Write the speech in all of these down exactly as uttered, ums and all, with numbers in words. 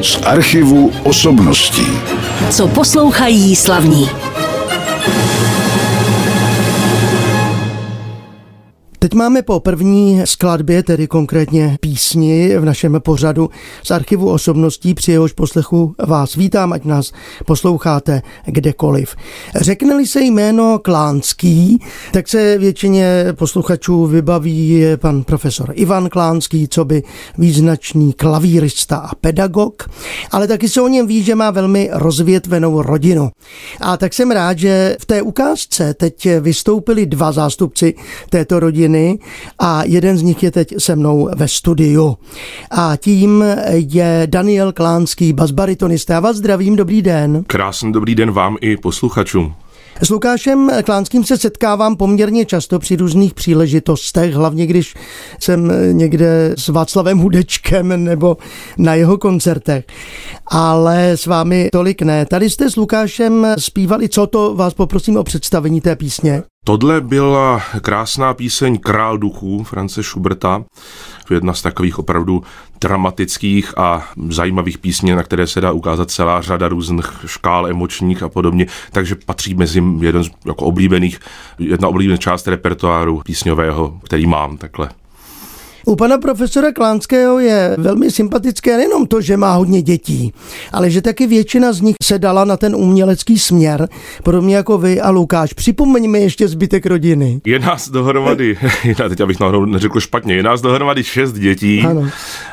z archivu osobností. Co poslouchají slavní. Teď máme po první skladbě, tedy konkrétně písni v našem pořadu z archivu osobností, při jehož poslechu vás vítám, ať nás posloucháte kdekoliv. Řekne-li se jméno Klánský, tak se většině posluchačů vybaví pan profesor Ivan Klánský, coby význačný klavírista a pedagog, ale taky se o něm ví, že má velmi rozvětvenou rodinu. A tak jsem rád, že v té ukázce teď vystoupili dva zástupci této rodiny, a jeden z nich je teď se mnou ve studiu. A tím je Daniel Klánský, basbaritonista. Já vás zdravím, dobrý den. Krásný dobrý den vám i posluchačům. S Lukášem Klánským se setkávám poměrně často při různých příležitostech, hlavně když jsem někde s Václavem Hudečkem nebo na jeho koncertech. Ale s vámi tolik ne. Tady jste s Lukášem zpívali, co to vás poprosím o představení té písně? Tohle byla krásná píseň Král duchů Franze Schuberta, jedna z takových opravdu dramatických a zajímavých písní, na které se dá ukázat celá řada různých škál emočních a podobně, takže patří mezi jeden z jako oblíbených, jedna oblíbená část repertoáru písňového, který mám takhle. U pana profesora Klánského je velmi sympatické nejenom to, že má hodně dětí, ale že taky většina z nich se dala na ten umělecký směr, podobně jako vy a Lukáš. Připomeňme ještě zbytek rodiny. Je nás dohromady, teď abych náhodou neřekl špatně, je nás dohromady šest dětí. Ano.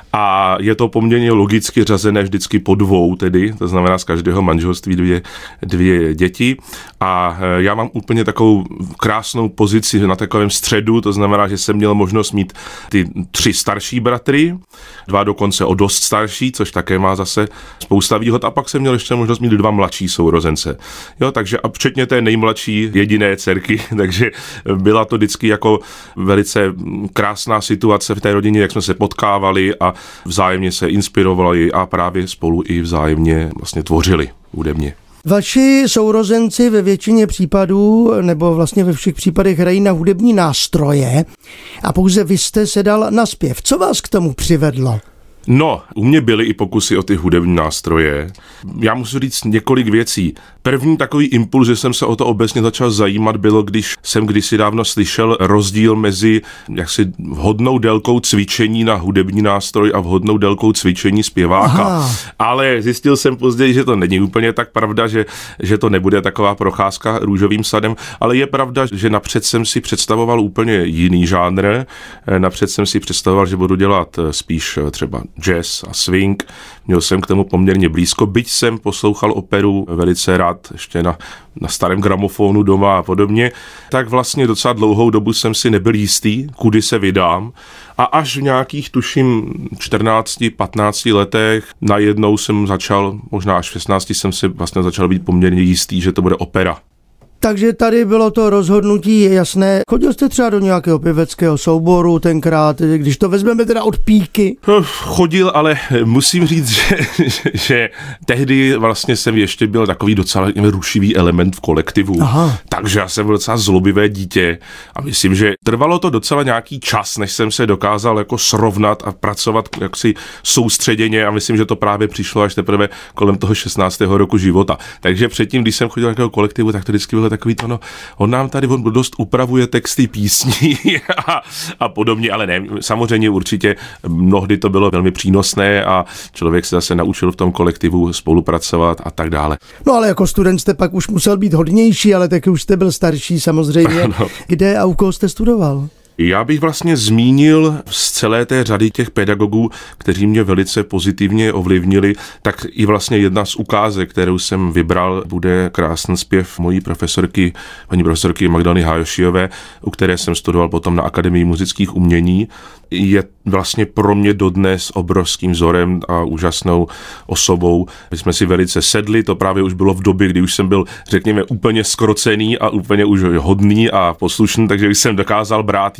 A je to poměrně logicky řazené vždycky po dvou, tedy, to znamená z každého manželství dvě, dvě děti. A já mám úplně takovou krásnou pozici na takovém středu, to znamená, že jsem měl možnost mít ty tři starší bratry, dva dokonce o dost starší, což také má zase spousta výhod, a pak jsem měl ještě možnost mít dva mladší sourozence. Jo, takže a včetně té nejmladší jediné dcerky, takže byla to vždycky jako velice krásná situace v té rodině, jak jsme se potkávali a vzájemně se inspirovali a právě spolu i vzájemně vlastně tvořili hudebně. Vaši sourozenci ve většině případů, nebo vlastně ve všech případech hrají na hudební nástroje a pouze vy jste se dal na zpěv. Co vás k tomu přivedlo? No, u mě byly i pokusy o ty hudební nástroje. Já musím říct několik věcí. První takový impuls, že jsem se o to obecně začal zajímat, bylo, když jsem kdysi dávno slyšel rozdíl mezi jaksi vhodnou délkou cvičení na hudební nástroj a vhodnou délkou cvičení zpěváka. Aha. Ale zjistil jsem později, že to není úplně tak pravda, že, že to nebude taková procházka růžovým sadem, ale je pravda, že napřed jsem si představoval úplně jiný žánr. Napřed jsem si představoval, že budu dělat spíš třeba jazz a swing. Měl jsem k tomu poměrně blízko, byť jsem poslouchal operu velice rád, ještě na, na starém gramofonu doma a podobně, tak vlastně docela dlouhou dobu jsem si nebyl jistý, kudy se vydám. A až v nějakých, tuším, čtrnácti patnácti letech najednou jsem začal, možná až v šestnácti jsem si vlastně začal být poměrně jistý, že to bude opera. Takže tady bylo to rozhodnutí jasné. Chodil jste třeba do nějakého pěveckého souboru tenkrát, když to vezmeme teda od píky? Chodil, ale musím říct, že, že, že tehdy vlastně jsem ještě byl takový docela rušivý element v kolektivu. Aha. Takže já jsem byl docela zlobivé dítě a myslím, že trvalo to docela nějaký čas, než jsem se dokázal jako srovnat a pracovat jaksi soustředěně, a myslím, že to právě přišlo až teprve kolem toho šestnáctého roku života. Takže předtím, když jsem chodil do nějakého kolektivu, tak to vždycky bylo takový to, no, on nám tady on dost upravuje texty písní a, a podobně, ale ne, samozřejmě určitě mnohdy to bylo velmi přínosné a člověk se zase naučil v tom kolektivu spolupracovat a tak dále. No ale jako student jste pak už musel být hodnější, ale taky už jste byl starší samozřejmě. Ano. Kde a u koho jste studoval? Já bych vlastně zmínil z celé té řady těch pedagogů, kteří mě velice pozitivně ovlivnili, tak i vlastně jedna z ukázek, kterou jsem vybral, bude krásný zpěv mojí profesorky, paní profesorky Magdaleny Hájošiové, u které jsem studoval potom na Akademii muzických umění. Je vlastně pro mě dodnes obrovským vzorem a úžasnou osobou. My jsme si velice sedli, to právě už bylo v době, kdy už jsem byl, řekněme, úplně skrocený a úplně už hodný a poslušný, takže jsem dokázal brát její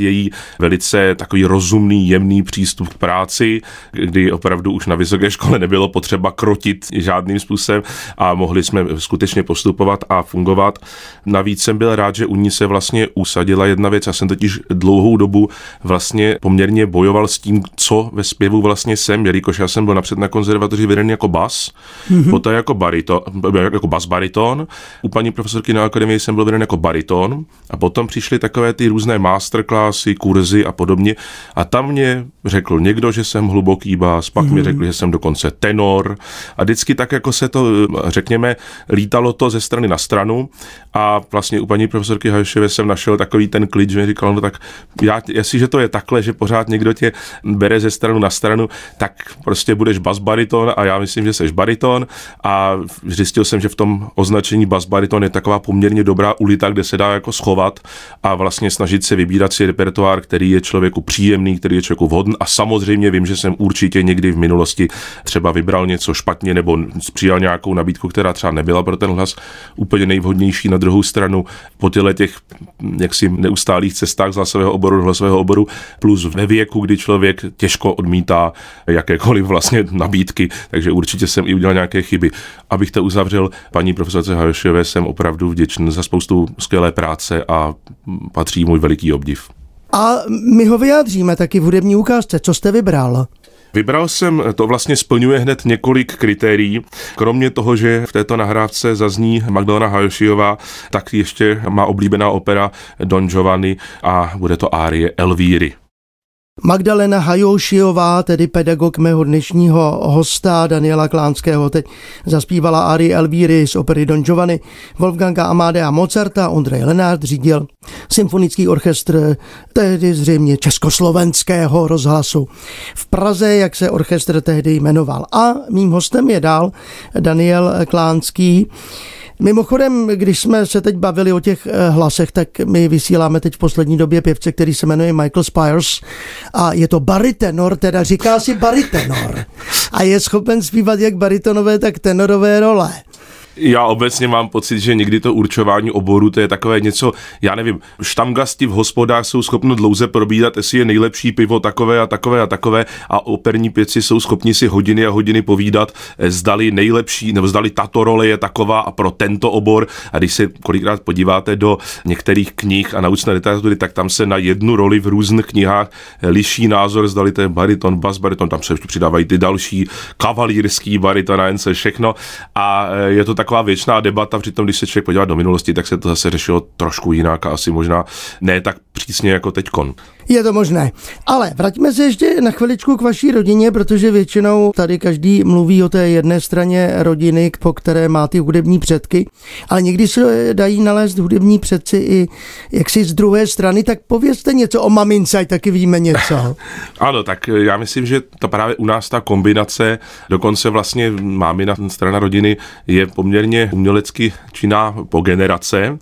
její velice takový rozumný, jemný přístup k práci, kdy opravdu už na vysoké škole nebylo potřeba krotit žádným způsobem a mohli jsme skutečně postupovat a fungovat. Navíc jsem byl rád, že u ní se vlastně usadila jedna věc. Já jsem totiž dlouhou dobu vlastně poměrně bojoval s tím, co ve zpěvu vlastně jsem, jelikož já jsem byl napřed na konzervatoři vedený jako bas, mm-hmm. poté jako bariton, jako bas bariton. U paní profesorky na akademii jsem byl veden jako bariton a potom přišly takové ty různé masterclassy, kurzy a podobně a tam mě řekl někdo, že jsem hluboký bas, pak mm-hmm. mi řekl, že jsem dokonce tenor a vždycky tak jako se to, řekněme, lítalo to ze strany na stranu a vlastně u paní profesorky Hajošiové jsem našel takový ten klid, že mi říkal, no tak já, jestliže to je takhle, že pořád někdo tě bere ze stranu na stranu, tak prostě budeš bas bariton a já myslím, že seš bariton a zjistil jsem, že v tom označení bas bariton je taková poměrně dobrá ulita, kde se dá jako schovat a vlastně snažit se vybírat si repertoár, který je člověku příjemný, který je člověku vhodný a samozřejmě vím, že jsem určitě někdy v minulosti třeba vybral něco špatně nebo přijal nějakou nabídku, která třeba nebyla pro ten hlas úplně nejvhodnější. Na druhou stranu po těle těch jaksi neustálých cestách z hlasového oboru do hlasového oboru plus ve věku, kdy člověk těžko odmítá jakékoliv vlastně nabídky, takže určitě jsem i udělal nějaké chyby. Abych to uzavřel, paní profesorce Hajošiové jsem opravdu vděčný za spoustu skvělé práce a patří můj veliký obdiv. A my ho vyjádříme taky v hudební ukázce. Co jste vybral? Vybral jsem, to vlastně splňuje hned několik kritérií. Kromě toho, že v této nahrávce zazní Magdalena Hajošiová, tak ještě má oblíbená opera Don Giovanni a bude to árie Elvíry. Magdalena Hajošiová, tedy pedagog mého dnešního hosta Daniela Klánského, teď zaspívala árii Elvíry z opery Don Giovanni. Wolfganga Amadea Mozarta Ondřej Lenart řídil symfonický orchestr, tehdy zřejmě Československého rozhlasu v Praze, jak se orchestr tehdy jmenoval. A mým hostem je dál Daniel Klánský. Mimochodem, když jsme se teď bavili o těch hlasech, tak my vysíláme teď v poslední době pěvce, který se jmenuje Michael Spires a je to baritenor, teda říká si baritenor a je schopen zpívat jak baritonové, tak tenorové role. Já obecně mám pocit, že někdy to určování oboru, to je takové něco, já nevím, štamgasti v hospodách jsou schopni dlouze probídat, jestli je nejlepší pivo takové a takové a takové a operní pěvci jsou schopni si hodiny a hodiny povídat, zdali nejlepší, nebo zdali tato role je taková a pro tento obor. A když se kolikrát podíváte do některých knih a naučné literatury, tak tam se na jednu roli v různých knihách liší názor, zdali to je bariton, bas bariton, tam se přidávají ty další, kavalírský bariton a jen se všechno a je to taková věčná debata, přitom když se člověk podívá do minulosti, tak se to zase řešilo trošku jinak a asi možná ne tak přísně jako teďkon. Je to možné. Ale vraťme se ještě na chviličku k vaší rodině, protože většinou tady každý mluví o té jedné straně rodiny, po které má ty hudební předky, ale někdy se dají nalézt hudební předci i jaksi z druhé strany, tak povězte něco o mamince, ať taky víme něco. Ano, tak já myslím, že to právě u nás ta kombinace, dokonce vlastně mámina strana rodiny je poměrně umělecky činná po generace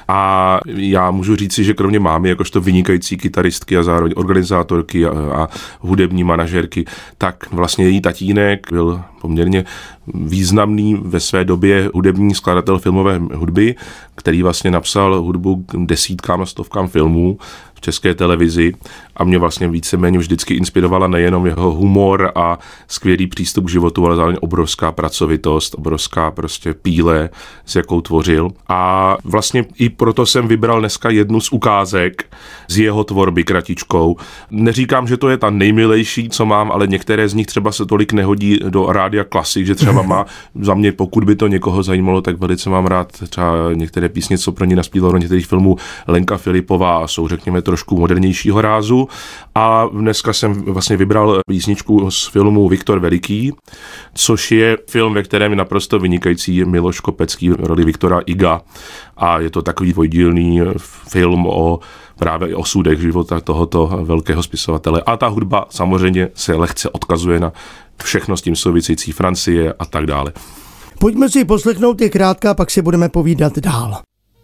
a já můžu říci, že kromě mámy, jakožto vynikající kytaristky a zároveň organizátorky a, a hudební manažerky, tak vlastně její tatínek byl poměrně významný ve své době hudební skladatel filmové hudby, který vlastně napsal hudbu k desítkám a stovkám filmů v České televizi a mě vlastně víceméně vždycky inspirovala nejenom jeho humor a skvělý přístup k životu, ale zároveň obrovská pracovitost, obrovská prostě píle, s jakou tvořil. A vlastně i proto jsem vybral dneska jednu z ukázek z jeho tvorby kratičkou. Neříkám, že to je ta nejmilejší, co mám, ale některé z nich třeba se tolik nehodí do rádia Klasik, že třeba má za mě, pokud by to někoho zajímalo, tak velice mám rád třeba některé písně, co pro ní naspívala do některých filmů Lenka Filipová a jsou, řekněme, trošku modernějšího rázu. A dneska jsem vlastně vybral písničku z filmu Viktor Veliký, což je film, ve kterém je naprosto vynikající Miloš Kopecký v roli Viktora Iga. A je to takový dvojdílný film o právě osudech života tohoto velkého spisovatele. A ta hudba samozřejmě se lehce odkazuje na všechno s tím související Francie a tak dále. Pojďme si poslechnout, je krátká, pak si budeme povídat dál.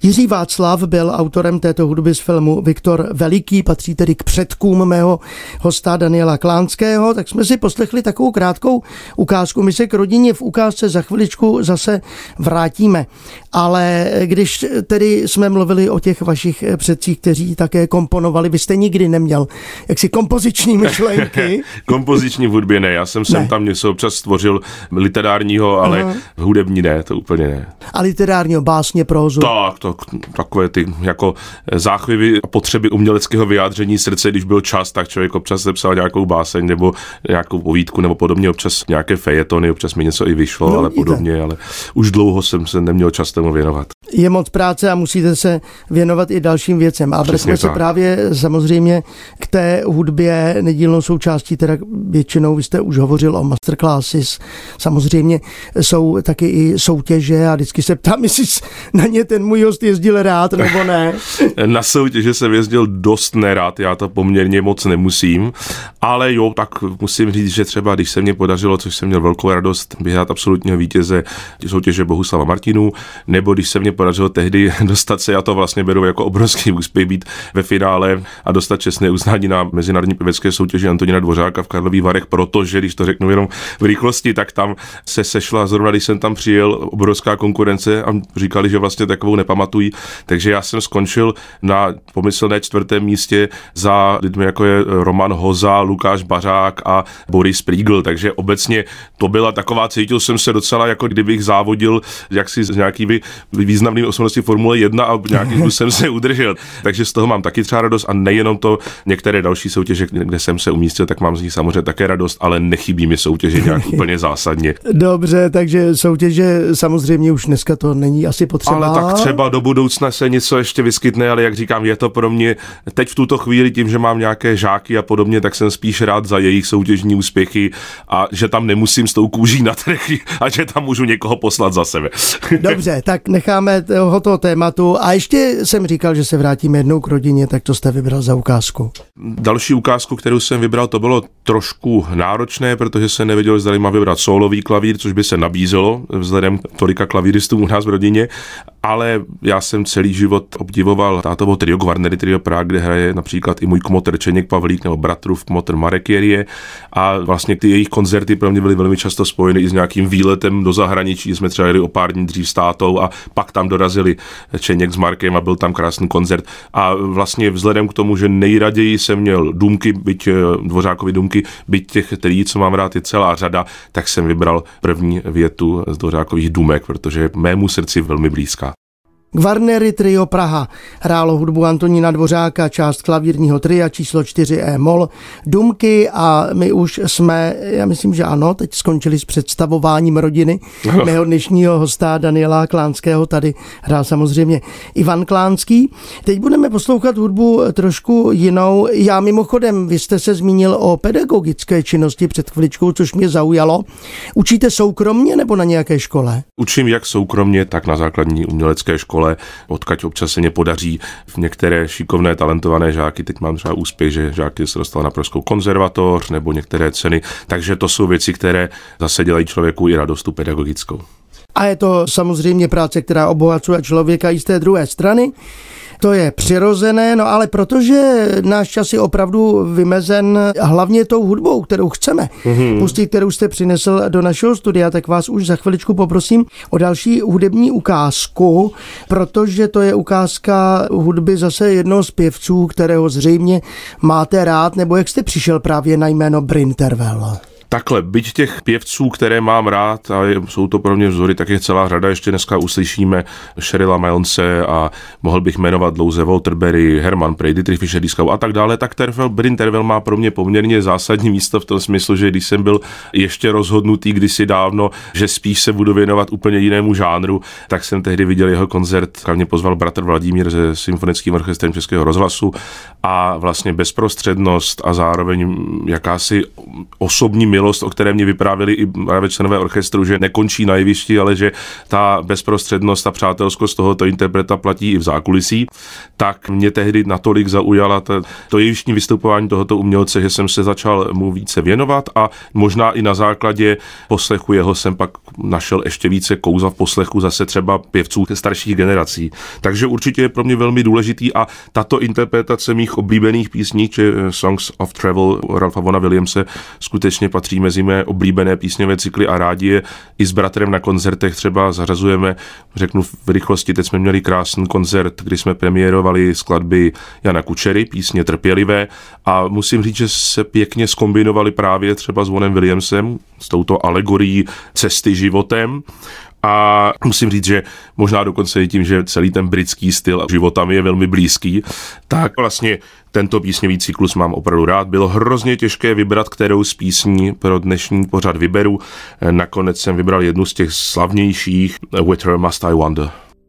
Jiří Václav byl autorem této hudby z filmu Viktor Veliký, patří tedy k předkům mého hosta Daniela Klánského, tak jsme si poslechli takovou krátkou ukázku. My se k rodině v ukázce za chviličku zase vrátíme, ale když tedy jsme mluvili o těch vašich předcích, kteří také komponovali, vy jste nikdy neměl jaksi kompoziční myšlenky? Kompoziční v hudbě ne, já jsem sem ne. tam něco občas stvořil literárního, ale Aha. hudební ne, to úplně ne. A literárního, básně, prózu? Tak, to, takové ty jako záchvěvy a potřeby uměleckého vyjádření srdce, když byl čas, tak člověk občas sepsal nějakou báseň nebo nějakou povídku nebo podobně, občas nějaké fejetony, občas mi něco i vyšlo, no, ale podobně, ale už dlouho jsem se neměl čas tomu věnovat. Je moc práce a musíte se věnovat i dalším věcem. A jsme se právě samozřejmě k té hudbě nedílnou součástí, teda většinou vy jste už hovořil o masterclasses, samozřejmě jsou taky i soutěže a vždycky se ptám, jestli na ně ten můj host jezdil rád nebo ne. Na soutěže jsem jezdil dost nerád, já to poměrně moc nemusím, ale jo, tak musím říct, že třeba když se mně podařilo, což jsem měl velkou radost, vyhrát absolutního vítěze soutěže Bohuslava Martinů, nebo když se mně podařilo tehdy dostat se, já to vlastně beru jako obrovský úspěch, být ve finále a dostat čestné uznání na mezinárodní pěvecké soutěži Antonína Dvořáka v Karlových Varech, protože, když to řeknu jenom v rychlosti, tak tam se sešla, zrovna když jsem tam přijel, obrovská konkurence a říkali, že vlastně takovou nepamatují, takže já jsem skončil na pomyslné čtvrtém místě za lidmi jako je Roman Hoza, Lukáš Bařák a Boris Prígl, takže obecně to byla taková, cítil jsem se docela, jako kdybych závodil jaksi s nějakými významnými osobností Formule jedna a nějakým způsobem se udržel. Takže z toho mám taky třeba radost a nejenom to, některé další soutěže, kde jsem se umístil, tak mám z nich samozřejmě také radost, ale nechybí mi soutěže nějak úplně zásadně. Dobře, takže soutěže samozřejmě už dneska to není asi potřeba. Ale tak třeba do budoucna se něco ještě vyskytne, ale jak říkám, je to pro mě teď v tuto chvíli tím, že mám nějaké žáky a podobně, tak jsem spíš rád za jejich soutěžní úspěchy a že tam nemusím s tou kůží na trchy a že tam můžu někoho poslat za sebe. Dobře, tak necháme tohoto tématu a ještě jsem říkal, že se vrátíme jednou k rodině, tak to jste vybral za ukázku. Další ukázku, kterou jsem vybral, to bylo trošku náročné, protože jsem nevěděl, zda mám vybrat sólový klavír, což by se nabízelo vzhledem k tolika klavíristů u nás v rodině, ale já jsem celý život obdivoval tátovo trio Gvarnery Trio Prague, kde hraje například i můj kmotr Čeněk Pavlík nebo bratrův kmotr Marek Jerie a vlastně ty jejich koncerty pro mě byly velmi často spojeny i s nějakým výletem do zahraničí, jsme třeba jeli o pár dní dřív s tátou a pak tam dorazili Čeněk s Markem a byl tam krásný koncert a vlastně vzhledem k tomu, že nejraději jsem měl důmky, byť Dvořákovy důmky, byť těch trií, co mám rád, je celá řada, tak jsem vybral první větu z Dvořákových důmek, protože mému srdci velmi blízká. Gvarnery Trio Praha hrálo hudbu Antonína Dvořáka, část klavírního tria číslo čtyři E-moll, Dumky a my už jsme, já myslím, že ano, teď skončili s představováním rodiny mého dnešního hosta Daniela Klánského, tady hrál samozřejmě Ivan Klánský. Teď budeme poslouchat hudbu trošku jinou. Já mimochodem, vy jste se zmínil o pedagogické činnosti před chviličkou, což mě zaujalo. Učíte soukromně nebo na nějaké škole? Učím jak soukromně, tak na základní umělecké škole, odkud občas se mě podaří v některé šikovné, talentované žáky. Teď mám třeba úspěch, že žáky se dostal na Pražskou konzervatoř nebo některé ceny, takže to jsou věci, které zase dělají člověku i radost pedagogickou. A je to samozřejmě práce, která obohacuje člověka i z té druhé strany. To je přirozené, no ale protože náš čas je opravdu vymezen hlavně tou hudbou, kterou chceme mm-hmm. pustit, kterou jste přinesl do našeho studia, tak vás už za chviličku poprosím o další hudební ukázku, protože to je ukázka hudby zase jednoho z pěvců, kterého zřejmě máte rád, nebo jak jste přišel právě na jméno Bryn Tervel? Takhle, byť těch pěvců, které mám rád a jsou to pro mě vzory, tak je celá řada. Ještě dneska uslyšíme Sheryla Milese a mohl bych jmenovat dlouze Waterbury, Herman Prey, Dietrich Fischer-Dieskau a tak dále. Tak Tervel, Bryn Tervel má pro mě poměrně zásadní místo v tom smyslu, že když jsem byl ještě rozhodnutý kdysi dávno, že spíš se budu věnovat úplně jinému žánru, tak jsem tehdy viděl jeho koncert, kam mě pozval bratr Vladimír se symfonickým orchestrem Českého rozhlasu a vlastně bezprostřednost a zároveň jakási osobní milost skvělost, o které mě vyprávěli i právě členové orchestru, že nekončí na jevišti, ale že ta bezprostřednost a přátelskost tohoto interpreta platí i v zákulisí, tak mě tehdy natolik zaujala to, to jevištní vystupování tohoto umělce, že jsem se začal mu více věnovat a možná i na základě poslechu jeho jsem pak našel ještě více kouzla v poslechu zase třeba pěvců starších generací. Takže určitě je pro mě velmi důležitý a tato interpretace mých oblíbených písní, či Songs of Travel Ralpha Vaughna Williamse, skutečně patří mezi mé oblíbené písňové cykly a rádi je i s bratrem na koncertech třeba zařazujeme, řeknu v rychlosti, teď jsme měli krásný koncert, kdy jsme premiérovali skladby Jana Kučery, písně Trpělivé a musím říct, že se pěkně zkombinovali právě třeba s Vaughnem Williamsem, s touto alegorií cesty životem. A musím říct, že možná dokonce i tím, že celý ten britský styl života mi je velmi blízký, tak vlastně tento písňový cyklus mám opravdu rád. Bylo hrozně těžké vybrat, kterou z písní pro dnešní pořad vyberu. Nakonec jsem vybral jednu z těch slavnějších, Whither Must I Wander.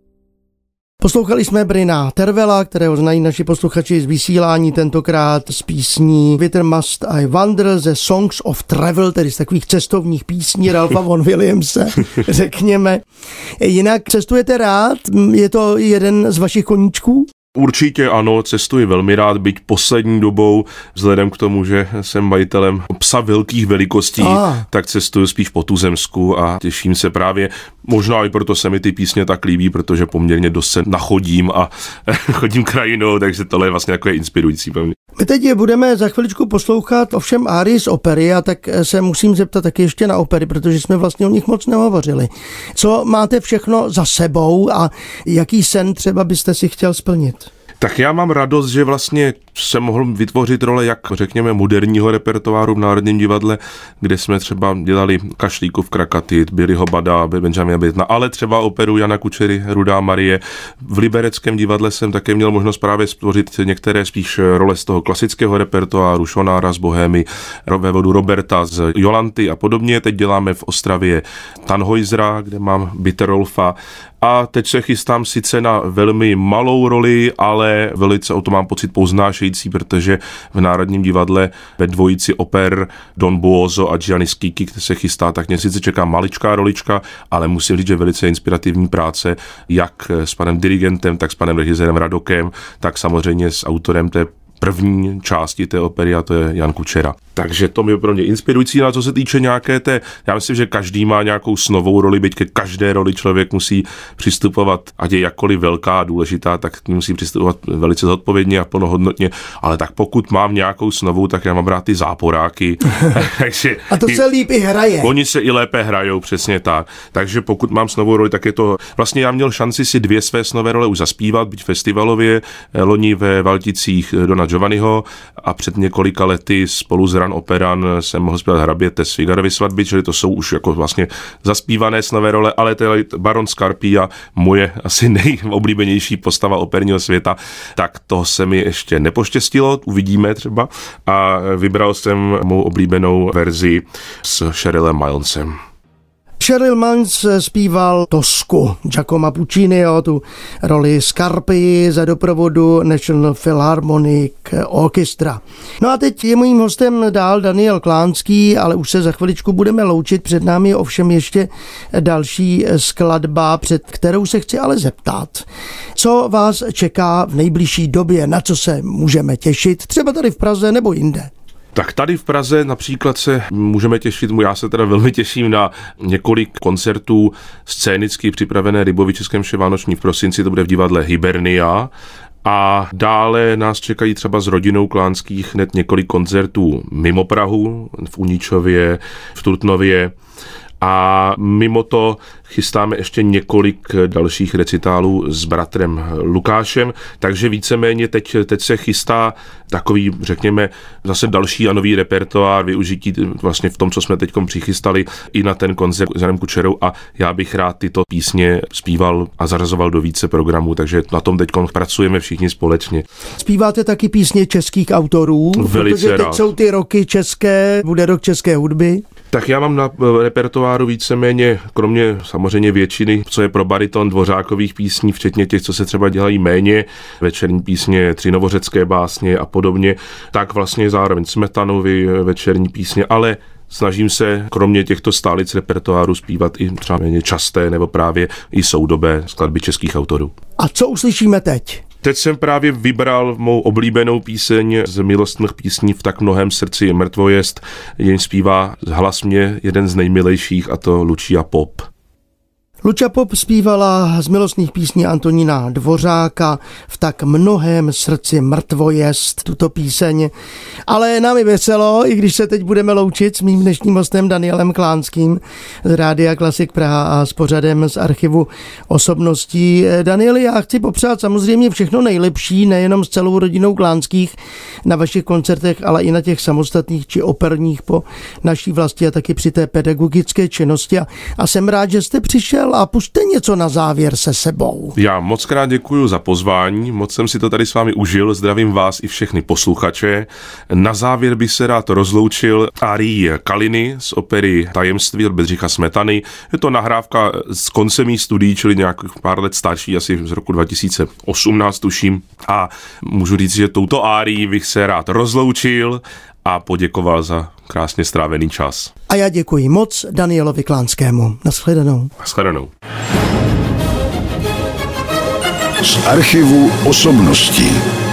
Poslouchali jsme Bryna Tervela, kterého znají naši posluchači z vysílání, tentokrát z písní Whither Must I Wander ze Songs of Travel, tedy z takových cestovních písní Ralpha Vaughan Williamse, řekněme. Jinak cestujete rád? Je to jeden z vašich koníčků? Určitě ano, cestuji velmi rád, byť poslední dobou, vzhledem k tomu, že jsem majitelem psa velkých velikostí, ah. tak cestuju spíš po tuzemsku a těším se právě, možná i proto se mi ty písně tak líbí, protože poměrně dost se nachodím a chodím krajinou, takže tohle je vlastně takové inspirující pro mě. My teď budeme za chviličku poslouchat ovšem árii z opery a tak se musím zeptat taky ještě na opery, protože jsme vlastně o nich moc nehovořili. Co máte všechno za sebou a jaký sen třeba byste si chtěl splnit? Tak já mám radost, že vlastně jsem mohl vytvořit role jak řekněme moderního repertoáru v Národním divadle, kde jsme třeba dělali Kašlíkův Krakatit, Billyho Bada, Benjamina Battona, ale třeba operu Jana Kučery, Rudá Marie. V Libereckém divadle jsem také měl možnost právě stvořit některé spíš role z toho klasického repertoáru, Šonára z Bohémy, vévodu Roberta z Jolanty a podobně. Teď děláme v Ostravě Tannhäusera, kde mám Bitterolfa. A teď se chystám sice na velmi malou roli, ale velice o to mám pocit poznášející, protože v Národním divadle ve dvojici oper Don Buoso a Gianni Schicchi, kde se chystá, tak mě sice čeká maličká rolička, ale musím říct, že velice inspirativní práce, jak s panem dirigentem, tak s panem režisérem Radokem, tak samozřejmě s autorem té první části té opery a to je Jan Kučera. Takže to je pro mě inspirující, a co se týče nějaké té, já myslím, že každý má nějakou snovou roli, byť ke každé roli člověk musí přistupovat, ať je jakkoliv velká a důležitá, tak musí přistupovat velice zodpovědně a plnohodnotně, ale tak pokud mám nějakou snovou, tak já mám rád ty záporáky. Takže a to se líp i hraje. Oni se i lépe hrajou, přesně tak. Takže pokud mám snovou roli, tak je to, vlastně já měl šanci si dvě své snové role už zaspívat, byť festivalově, loni ve Valticích Dona Giovanniho a před několika lety spolu s Ran Operan jsem mohl zpívat Hraběte z Figarovy svatby, čili to jsou už jako vlastně zaspívané snové role, ale to je Baron Scarpia, moje asi nejoblíbenější postava operního světa, tak to se mi ještě nepoštěstilo, uvidíme třeba a vybral jsem mou oblíbenou verzi s Cherylem Milesem. Cheryl Miles zpíval Tosku Giacomo Pucciniho, tu roli Scarpy za doprovodu National Philharmonic Orchestra. No a teď je mojím hostem dál Daniel Klánský, ale už se za chviličku budeme loučit. Před námi je ovšem ještě další skladba, před kterou se chci ale zeptat. Co vás čeká v nejbližší době, na co se můžeme těšit, třeba tady v Praze nebo jinde? Tak tady v Praze například se můžeme těšit, já se teda velmi těším na několik koncertů scénicky připravené Rybovičském vše vánoční v prosinci, to bude v divadle Hibernia. A dále nás čekají třeba s rodinou Klánských hned několik koncertů mimo Prahu, v Uničově, v Trutnově. A mimo to chystáme ještě několik dalších recitálů s bratrem Lukášem, takže víceméně teď, teď se chystá takový, řekněme, zase další a nový repertoár, využití vlastně v tom, co jsme teď přichystali i na ten koncert s Janem Kučerou a já bych rád tyto písně zpíval a zařazoval do více programů, takže na tom teď pracujeme všichni společně. Zpíváte taky písně českých autorů? Velice protože teď rád. Jsou ty roky české, bude rok české hudby? Tak já mám na repertoáru víceméně, kromě samozřejmě většiny, co je pro bariton dvořákových písní, včetně těch, co se třeba dělají méně, večerní písně, tři novořecké básně a podobně, tak vlastně zároveň Smetanovy večerní písně, ale Snažím se kromě těchto stálic repertoáru zpívat i třeba méně časté nebo právě i soudobé skladby českých autorů. A co uslyšíme teď? Teď jsem právě vybral mou oblíbenou píseň z milostných písní V tak mnohém srdci je mrtvo jest, jen zpívá hlas mě jeden z nejmilejších, a to Lucia Pop. Lucia Pop zpívala z milostných písní Antonína Dvořáka V tak mnohém srdci mrtvo jest tuto píseň. Ale nám je veselo, i když se teď budeme loučit s mým dnešním hostem Danielem Klánským z Rádia Klasik Praha a s pořadem z archivu osobností. Danieli, já chci popřát samozřejmě všechno nejlepší, nejenom s celou rodinou Klánských na vašich koncertech, ale i na těch samostatných či operních po naší vlasti a taky při té pedagogické činnosti. A, a jsem rád, že jste přišel a puste něco na závěr se sebou. Já moc krát děkuji za pozvání, moc jsem si to tady s vámi užil, zdravím vás i všechny posluchače. Na závěr bych se rád rozloučil árií Kaliny z opery Tajemství od Bedřicha Smetany. Je to nahrávka z konce mých studií, čili nějakých pár let starší, asi z roku dva tisíce osmnáct tuším. A můžu říct, že touto árií bych se rád rozloučil a poděkoval za krásně strávený čas. A já děkuji moc Danielovi Klánskému. Nashledanou. Nashledanou. Z archivu osobností.